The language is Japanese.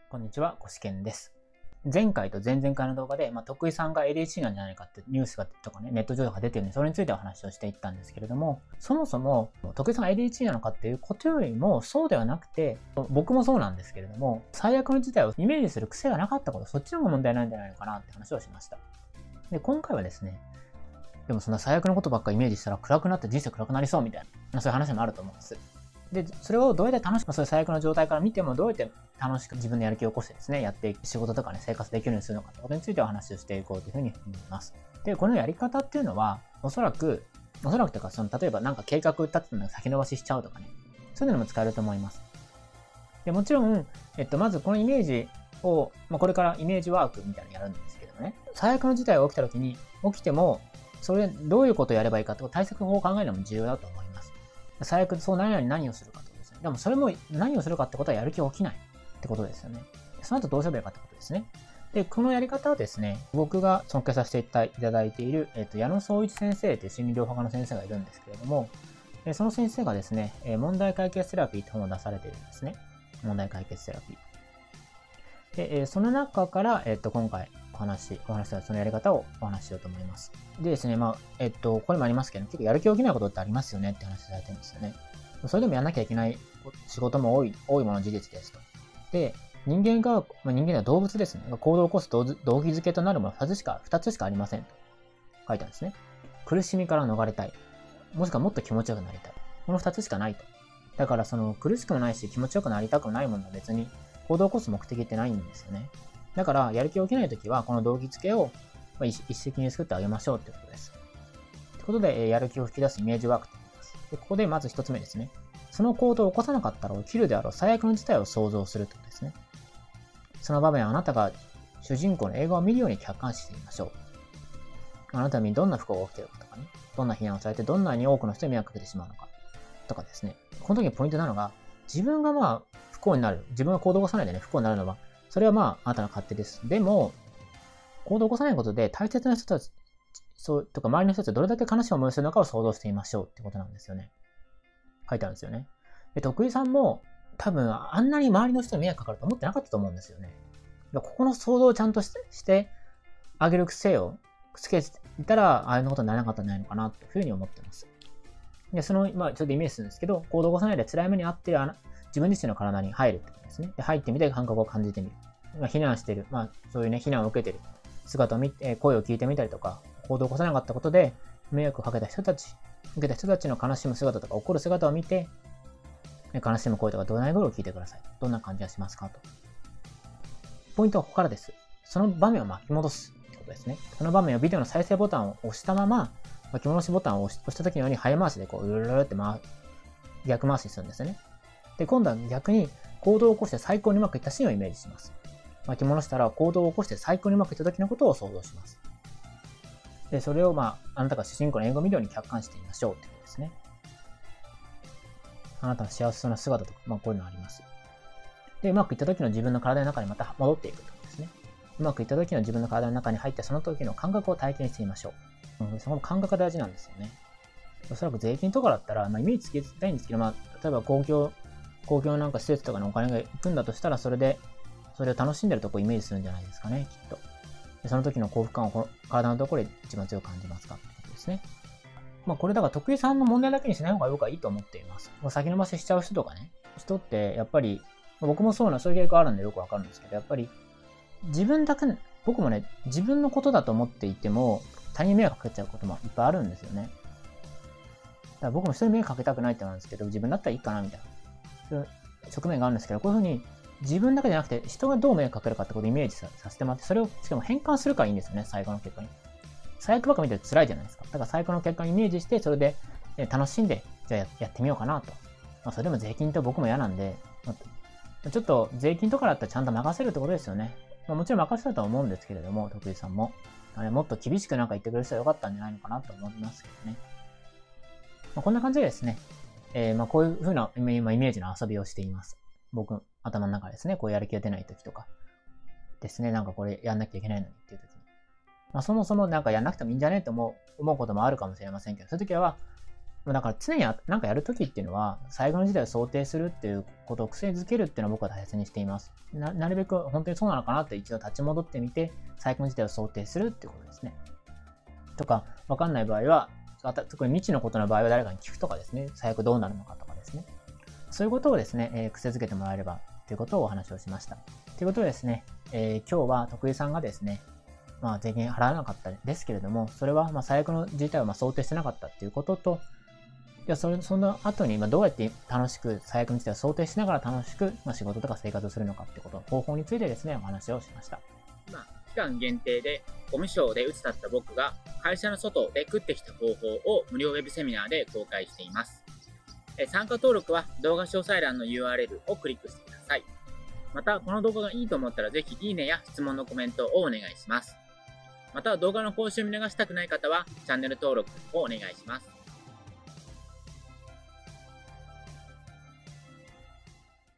こんにちは、こしけんです。前回と前々回の動画で、徳井さんが ADHD なんじゃないかってニュースがとかね、ネット情報が出てるんで、それについてお話をしていったんですけれども、そもそも徳井さんが ADHD なのかっていうことよりも、そうではなくて、僕もそうなんですけれども、最悪の事態をイメージする癖がなかったこと、そっちの方が問題なんじゃないのかなって話をしました。で、今回はですね、でもそんな最悪のことばっかイメージしたら暗くなって人生暗くなりそうみたいな、そういう話もあると思うんです。で、それをどうやって楽しく、そういう最悪の状態から見てもどうやって楽しく自分のやる気を起こしてですね、やっていく仕事とかね、生活できるようにするのかってことについてお話をしていこうというふうに思います。で、このやり方っていうのは、おそらくというか、例えばなんか計画立てたのを先延ばししちゃうとかね、そういうのも使えると思います。で、もちろん、まずこのイメージを、これからイメージワークみたいなのやるんですけどもね、最悪の事態が起きた時に、起きても、それどういうことをやればいいかって対策法を考えるのも重要だと思います。最悪そうならないように何をするかってことですね。でもそれも何をするかってことはやる気が起きないってことですよね。その後どうすればいいかってことですね。で、このやり方はですね、僕が尊敬させていただいている、矢野総一先生という心理療法家の先生がいるんですけれども、その先生がですね、問題解決セラピーって本を出されているんですね。問題解決セラピー。で、その中から、今回お話したそのやり方をお話ししようと思います。でですね、これもありますけど、結構やる気が起きないことってありますよねって話されてるんですよね。それでもやんなきゃいけない仕事も多いもの事実ですと。で、人間は動物ですね。行動を起こす動機づけとなるもの2つしかありませんと書いてあるんですね。苦しみから逃れたい。もしくはもっと気持ちよくなりたい。この2つしかないと。だから苦しくもないし気持ちよくなりたくないものは別に行動を起こす目的ってないんですよね。だからやる気が起きないときはこの動機づけを一石に作ってあげましょうってことです。ということで、やる気を引き出すイメージワークと言います。で、ここでまず一つ目ですね。その行動を起こさなかったら起きるであろう最悪の事態を想像するということですね。その場面はあなたが主人公の映画を見るように客観視してみましょう。あなたにどんな不幸が起きているかとかね、どんな非難をされてどんなに多くの人に迷惑かけてしまうのかとかですね。この時にポイントなのが、自分が不幸になる。自分が行動を起こさないでね、不幸になるのは、それはあなたの勝手です。でも、行動を起こさないことで大切な人たち、とか周りの人たちがどれだけ悲しい思いをするのかを想像してみましょうってことなんですよね。書いてあるんですよね。で、徳井さんも多分あんなに周りの人に迷惑かかると思ってなかったと思うんですよね。ここの想像をちゃんとしてあげる癖をつけていたら、ああいうことにならなかったんじゃないのかなというふうに思ってます。で、ちょっとイメージするんですけど、行動を起こさないで辛い目に遭っている自分自身の体に入るってことですね。で、入ってみて感覚を感じてみる。避難している。そういうね、避難を受けている姿を見て、声を聞いてみたりとか、行動を起こさなかったことで、迷惑をかけた人たち、受けた人たちの悲しむ姿とか怒る姿を見て、悲しむ声とかどない声を聞いてください。どんな感じがしますかと。ポイントはここからです。その場面を巻き戻すってことですね。その場面をビデオの再生ボタンを押したまま、巻き戻しボタンを押した時のように早回しでうるるるって逆回しにするんですよね。で、今度は逆に行動を起こして最高にうまくいったシーンをイメージします。巻き戻したら行動を起こして最高にうまくいった時のことを想像します。で、それをあなたが主人公の英語ビデオに客観してみましょうってことですね。あなたの幸せそうな姿とか、こういうのあります。で、うまくいった時の自分の体の中にまた戻っていくってことですね。うまくいった時の自分の体の中に入ってその時の感覚を体験してみましょう。その感覚が大事なんですよね。おそらく税金とかだったら、イメージつけたいんですけど、例えば公共なんか施設とかにお金が行くんだとしたら、それを楽しんでるとこイメージするんじゃないですかね、きっと。でその時の幸福感を体のところで一番強く感じますかってことですね。これだから徳井さんの問題だけにしない方が僕はいいと思っています。先延ばししちゃう人とかね、人ってやっぱり、僕もそういう傾向あるんでよくわかるんですけど、やっぱり僕もね、自分のことだと思っていても、他人に迷惑かけちゃうこともいっぱいあるんですよね。だから僕も人に迷惑かけたくないってなんですけど、自分だったらいいかなみたいな。そういう側面があるんですけど、こういうふうに自分だけじゃなくて人がどう迷惑かけるかってことをイメージさせてもらって、それをしかも変換するからいいんですよね、最後の結果に。最悪ばっか見てると辛いじゃないですか。だから最高の結果をイメージして、それで楽しんで、じゃあやってみようかなと。それでも税金って僕も嫌なんで、ちょっと税金とかだったらちゃんと任せるってことですよね。もちろん任せたとは思うんですけれども、徳井さんも。もっと厳しくなんか言ってくれる人はよかったんじゃないのかなと思いますけどね。こんな感じでですね、こういう風なイメージの遊びをしています。僕、頭の中ですね、こうやる気が出ない時とかですね、なんかこれやんなきゃいけないのにっていう時に。そもそもなんかやんなくてもいいんじゃねと思うこともあるかもしれませんけど、そういう時は、 だから常に何かやるときっていうのは、最悪の事態を想定するっていうことを癖づけるっていうのを僕は大切にしています。なるべく本当にそうなのかなって一度立ち戻ってみて、最悪の事態を想定するっていうことですね。とか、わかんない場合は、特に未知のことの場合は誰かに聞くとかですね、最悪どうなるのかとかですね。そういうことをですね、癖づけてもらえればということをお話をしました。ということでですね、今日は徳井さんがですね、税金払わなかったですけれども、それは最悪の事態を想定してなかったっていうことと、その後にどうやって楽しく最悪の事態を想定しながら楽しく仕事とか生活をするのかってこと、方法についてですね、お話をしました。 今、期間限定でゴミショーで打ち立った僕が会社の外で食ってきた方法を無料ウェブセミナーで公開しています。参加登録は動画詳細欄の URL をクリックしてください。また、この動画がいいと思ったらぜひいいねや質問のコメントをお願いします。また、動画の講習を見逃したくない方はチャンネル登録をお願いします。